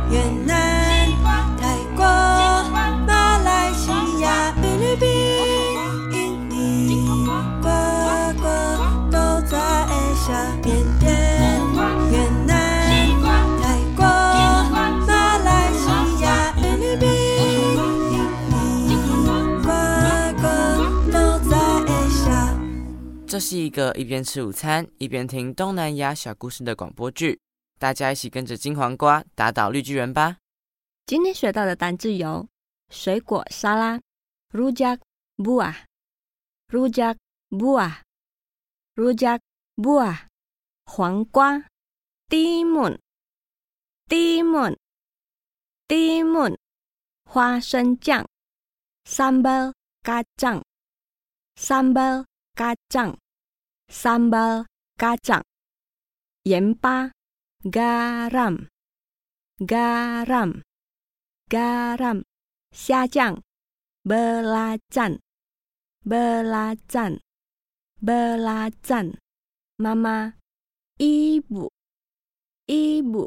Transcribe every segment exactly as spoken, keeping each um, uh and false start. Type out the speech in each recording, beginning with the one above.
越南、泰国、马来西亚、菲律宾、印尼，个个都在下缅甸、越南、泰国、马来西亚、菲律宾、印尼，个个都在下。 这是一个一边吃午餐一边听东南亚小故事的广播剧，大家一起跟着金黄瓜打倒绿巨人吧。 今天学到的单字有水果沙拉 rujak buah rujak buah rujak buah 黄瓜 timun timun timun 花生酱 sambal kacang sambal kacang sambal kacang 盐巴 garam garam garam 虾酱 belacan belacan belacan 妈妈 ibu ibu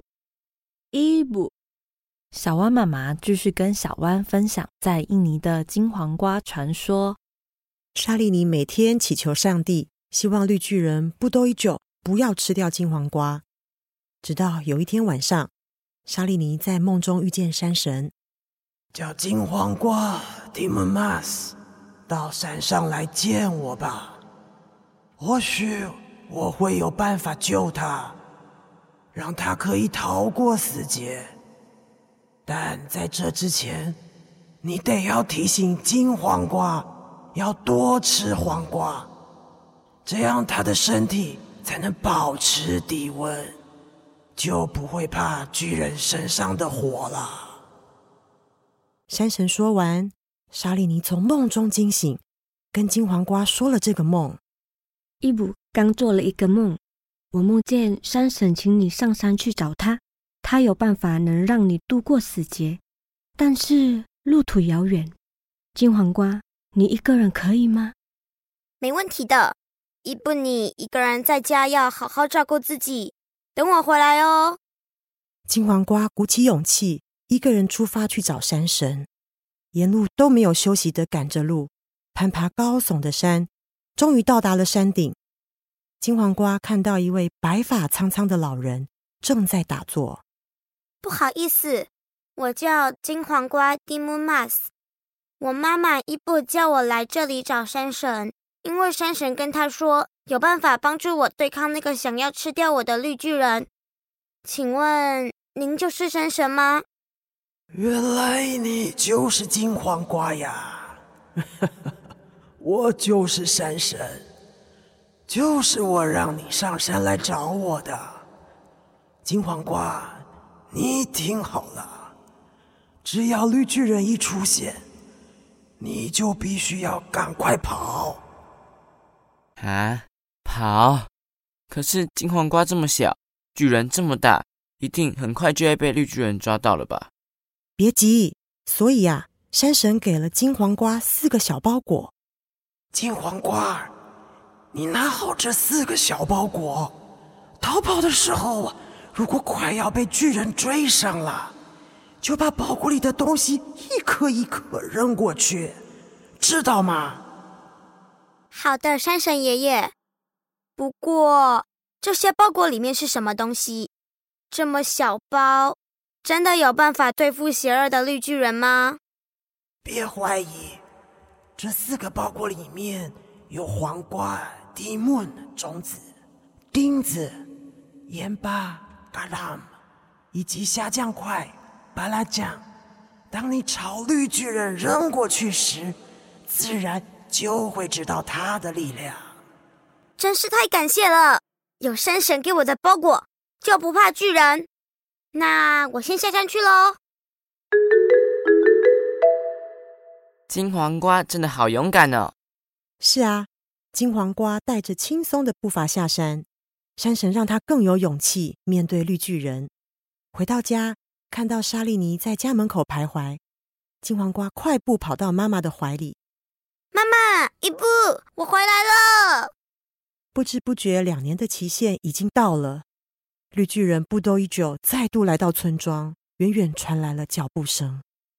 ibu 小湾妈妈继续跟小湾分享在印尼的金黄瓜传说。 沙利尼每天祈求上帝，希望绿巨人不多一久不要吃掉金黄瓜。直到有一天晚上，沙利尼在梦中遇见山神， 叫金黄瓜 Timun Mas 到山上来见我吧，或许我会有办法救他，让他可以逃过死劫。但在这之前，你得要提醒金黄瓜要多吃黄瓜，这样他的身体才能保持低温，就不会怕巨人身上的火了。 山神说完，沙利尼从梦中惊醒，跟金黄瓜说了这个梦。 伊布刚做了一个梦，我梦见山神请你上山去找他，他有办法能让你度过死劫，但是路途遥远。金黄瓜，你一个人可以吗？ 没问题的，伊布你一个人在家要好好照顾自己，等我回来哦。 金黄瓜鼓起勇气，一个人出发去找山神，沿路都没有休息地赶着路，攀爬高耸的山，终于到达了山顶。金黄瓜看到一位白发苍苍的老人正在打坐。 不好意思，我叫金黄瓜 Timun Mas， 我妈妈伊布叫我来这里找山神，因为山神跟他说有办法帮助我对抗那个想要吃掉我的绿巨人。请问您就是山神吗？ 原来你就是金黄瓜呀我就是山神，就是我让你上山来找我的。金黄瓜，你听好了，只要绿巨人一出现，你就必须要赶快跑。 啊，跑？可是金黄瓜这么小，巨人这么大，一定很快就会被绿巨人抓到了吧？ 别急，所以啊，山神给了金黄瓜四个小包裹。 金黄瓜，你拿好这四个小包裹，逃跑的时候，如果快要被巨人追上了，就把包裹里的东西一颗一颗扔过去，知道吗？ 好的，山神爷爷。不过这些包裹里面是什么东西？这么小包，真的有办法对付邪恶的绿巨人吗？ 别怀疑，这四个包裹里面有黄瓜、蒂木种子、钉子、盐巴、嘎拉姆，以及虾酱块、巴拉酱。当你朝绿巨人扔过去时，自然就会知道他的力量。 真是太感谢了，有山神给我的包裹，就不怕巨人。那我先下山去咯。 金黄瓜真的好勇敢哦。 是啊，金黄瓜带着轻松的步伐下山，山神让他更有勇气面对绿巨人。回到家，看到沙利尼在家门口徘徊，金黄瓜快步跑到妈妈的怀里。 妈妈，伊布，我回来了。 不知不觉两年的期限已经到了，绿巨人不多一久再度来到村庄， 远远传来了脚步声。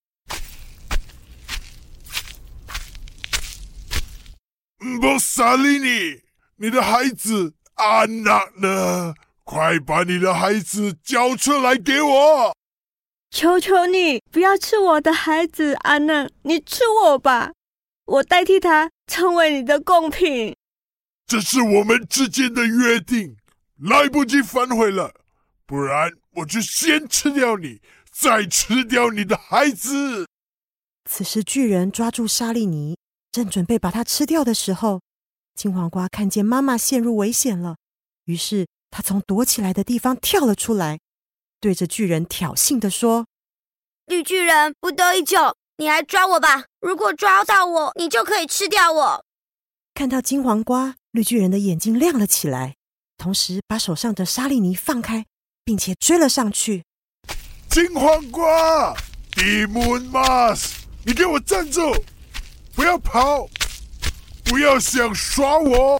莫萨利尼，你的孩子安娜呢？快把你的孩子交出来给我！ 求求你，不要吃我的孩子，安娜，你吃我吧，我代替他成为你的贡品。 这是我们之间的约定，来不及反悔了，不然我就先吃掉你，再吃掉你的孩子。 此时巨人抓住沙利尼，正准备把他吃掉的时候，金黄瓜看见妈妈陷入危险了，于是他从躲起来的地方跳了出来，对着巨人挑衅地说： 绿巨人，不得已久，你来抓我吧，如果抓到我，你就可以吃掉我。 看到金黄瓜，绿巨人的眼睛亮了起来，同时把手上的沙利尼放开，并且追了上去。 金黄瓜 Demon Mask， 你给我站住，不要跑，不要想耍我。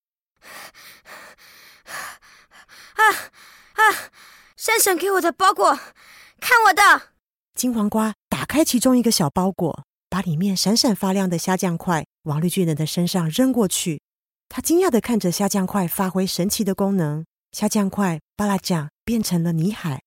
啊啊！山神给我的包裹，看我的！ 金黄瓜打开其中一个小包裹，把里面闪闪发亮的虾酱块往绿巨人的身上扔过去。他惊讶地看着虾酱块发挥神奇的功能，虾酱块巴拉酱变成了泥海。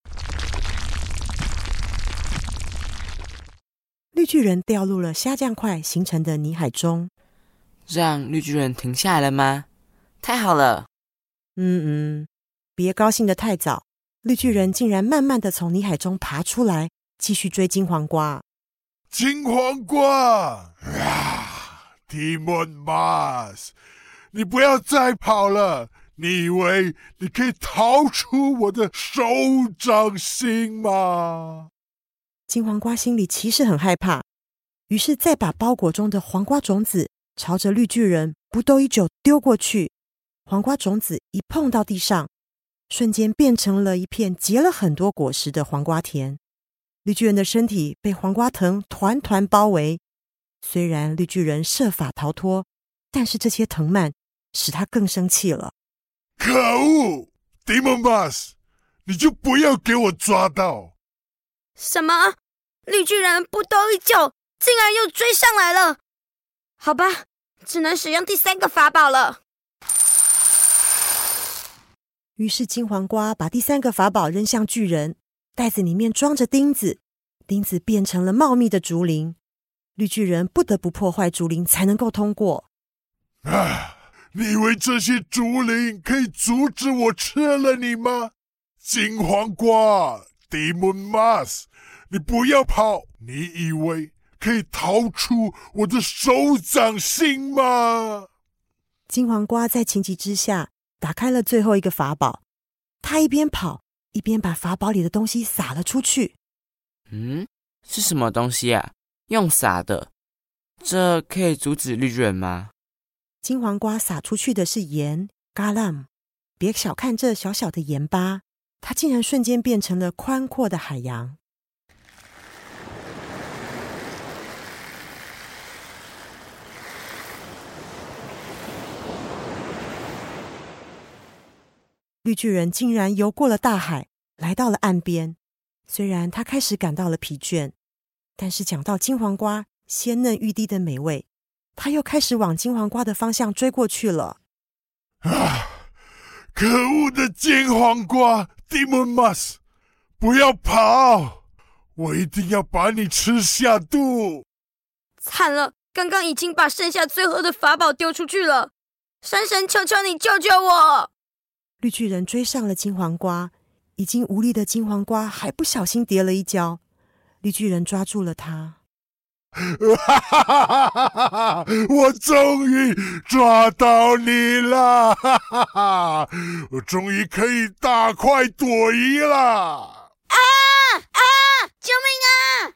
绿巨人掉入了虾酱块形成的泥海中。 让绿巨人停下来了吗？太好了！ 嗯嗯，别高兴得太早。绿巨人竟然慢慢地从泥海中爬出来，继续追金黄瓜。 金黄瓜啊 Demon Mask， 你不要再跑了，你以为你可以逃出我的手掌心吗？ 金黄瓜心里其实很害怕，于是再把包裹中的黄瓜种子朝着绿巨人不兜一久丢过去。黄瓜种子一碰到地上，瞬间变成了一片结了很多果实的黄瓜田。绿巨人的身体被黄瓜藤团团包围，虽然绿巨人设法逃脱，但是这些藤蔓使他更生气了。 可恶 Demon Mask， 你就不要给我抓到！ 什么？绿巨人不兜一久，竟然又追上来了！好吧，只能使用第三个法宝了。 于是金黄瓜把第三个法宝扔向巨人，袋子里面装着钉子，钉子变成了茂密的竹林，绿巨人不得不破坏竹林才能够通过。 啊！你以为这些竹林可以阻止我吃了你吗？金黄瓜 Demon Mask， 你不要跑！你以为可以逃出我的手掌心吗？ 金黄瓜在情急之下打开了最后一个法宝，他一边跑一边把法宝里的东西撒了出去。 嗯，是什么东西啊？用撒的，这可以阻止绿巨人吗？ 金黄瓜撒出去的是盐 garam， 别小看这小小的盐巴，它竟然瞬间变成了宽阔的海洋。绿巨人竟然游过了大海，来到了岸边。虽然他开始感到了疲倦，但是讲到金黄瓜鲜嫩欲滴的美味，他又开始往金黄瓜的方向追过去了。 啊！可恶的金黄瓜 Demon Mask， 不要跑！我一定要把你吃下肚！ 惨了，刚刚已经把剩下最后的法宝丢出去了。山神，求求你救救我！ 绿巨人追上了金黄瓜，已经无力的金黄瓜还不小心跌了一跤，绿巨人抓住了他。 我终于抓到你了！我终于可以大快朵颐了！ 啊啊！救命啊！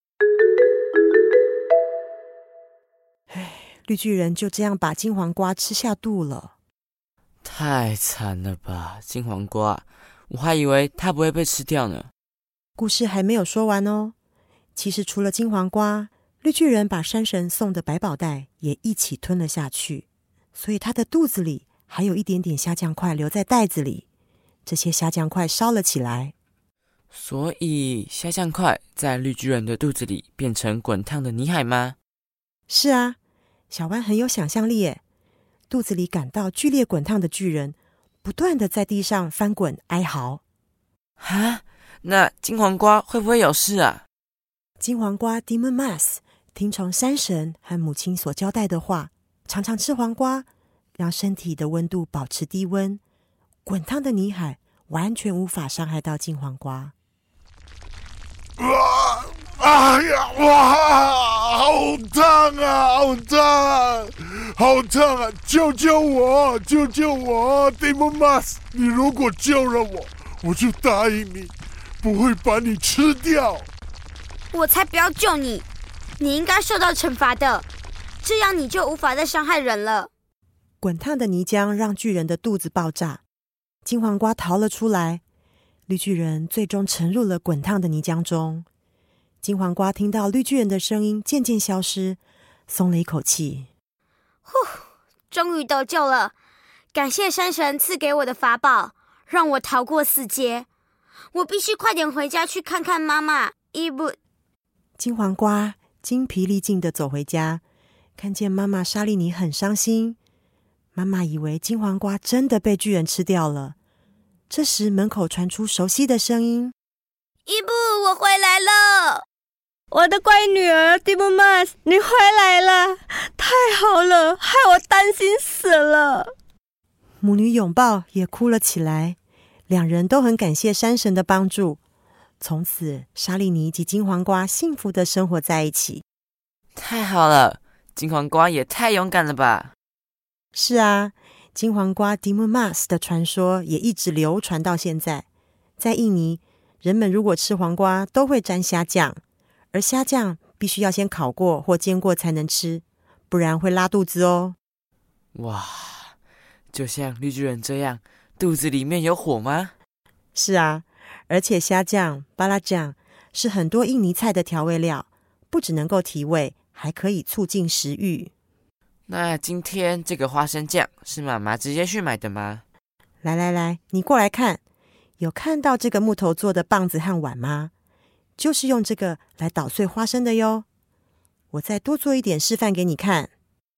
唉，绿巨人就这样把金黄瓜吃下肚了。 太惨了吧，金黄瓜！我还以为它不会被吃掉呢。 故事还没有说完哦。其实除了金黄瓜，绿巨人把山神送的百宝袋也一起吞了下去，所以他的肚子里还有一点点虾酱块留在袋子里。这些虾酱块烧了起来。 所以虾酱块在绿巨人的肚子里变成滚烫的泥海吗？ 是啊，小湾很有想象力耶。肚子里感到剧烈滚烫的巨人，不断的在地上翻滚哀嚎。 哈，那金黄瓜会不会有事啊？ 金黄瓜 Demon Mask 听从山神和母亲所交代的话，常常吃黄瓜，让身体的温度保持低温。滚烫的泥海完全无法伤害到金黄瓜。 哇！哎呀！哇！好烫啊！好烫！好烫啊！救救我！救救我 ！Demon Mask， 你如果救了我，我就答应你，不会把你吃掉。 我才不要救你！你应该受到惩罚的，这样你就无法再伤害人了。 滚烫的泥浆让巨人的肚子爆炸，金黄瓜逃了出来。绿巨人最终沉入了滚烫的泥浆中。金黄瓜听到绿巨人的声音渐渐消失，松了一口气。 呼，终于得救了！感谢山神赐给我的法宝，让我逃过四劫。我必须快点回家去看看妈妈。伊布， 金黄瓜精疲力尽地走回家，看见妈妈莎莉妮很伤心。妈妈以为金黄瓜真的被巨人吃掉了。这时门口传出熟悉的声音： 伊布，我回来了！ 我的乖女儿 Demon Mask， 你回来了，太好了，害我担心死了。 母女拥抱也哭了起来，两人都很感谢山神的帮助。从此莎莉妮及金黄瓜幸福的生活在一起。 太好了，金黄瓜也太勇敢了吧。 是啊，金黄瓜 Demon Mask 的传说也一直流传到现在。在印尼，人们如果吃黄瓜都会沾虾酱，而虾酱必须要先烤过或煎过才能吃，不然会拉肚子哦。 哇，就像绿巨人这样，肚子里面有火吗？ 是啊，而且虾酱、巴拉酱是很多印尼菜的调味料，不只能够提味，还可以促进食欲。 那今天这个花生酱是妈妈直接去买的吗？ 来来来，你过来看，有看到这个木头做的棒子和碗吗？就是用这个来捣碎花生的哟。我再多做一点示范给你看。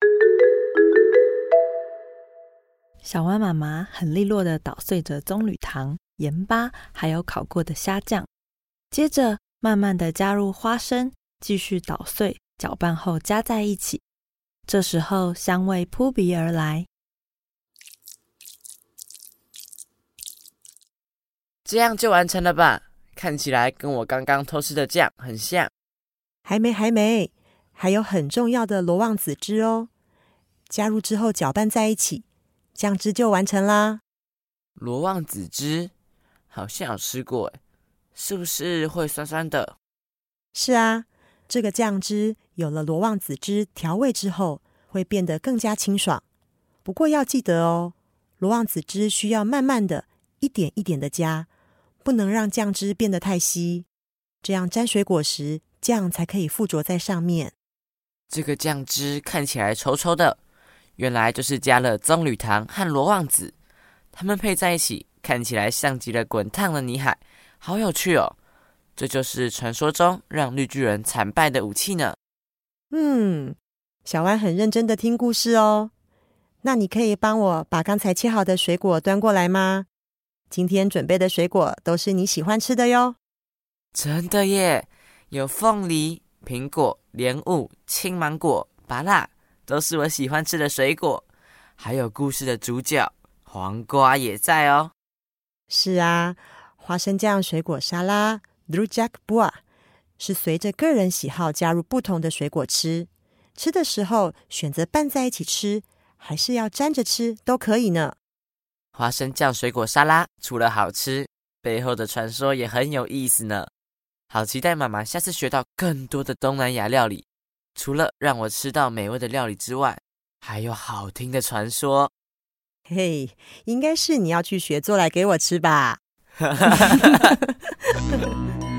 小湾妈妈很利落地捣碎着棕榈糖、盐巴，还有烤过的虾酱，接着慢慢地加入花生，继续捣碎，搅拌后加在一起。这时候香味扑鼻而来。 这样就完成了吧？看起来跟我刚刚偷吃的酱很像。 还没还没，还有很重要的罗望子汁哦。加入之后搅拌在一起，酱汁就完成啦。 罗望子汁好像有吃过耶，是不是会酸酸的？ 是啊，这个酱汁有了罗望子汁调味之后，会变得更加清爽。不过要记得哦，罗望子汁需要慢慢的一点一点的加，不能让酱汁变得太稀，这样沾水果时酱才可以附着在上面。 这个酱汁看起来稠稠的，原来就是加了棕榈糖和罗望子，它们配在一起，看起来像极了滚烫的泥海，好有趣哦！这就是传说中让绿巨人惨败的武器呢。 嗯，小湾很认真的听故事哦。那你可以帮我把刚才切好的水果端过来吗？今天准备的水果都是你喜欢吃的哟。 真的耶，有凤梨、苹果、莲雾、青芒果、芭乐，都是我喜欢吃的水果。还有故事的主角黄瓜也在哦。 是啊，花生酱水果沙拉 Rujak Buah 是随着个人喜好加入不同的水果吃，吃的时候选择拌在一起吃，还是要沾着吃都可以呢。 花生酱水果沙拉除了好吃，背后的传说也很有意思呢。好期待妈妈下次学到更多的东南亚料理，除了让我吃到美味的料理之外，还有好听的传说。 嘿，应该是你要去学做来给我吃吧。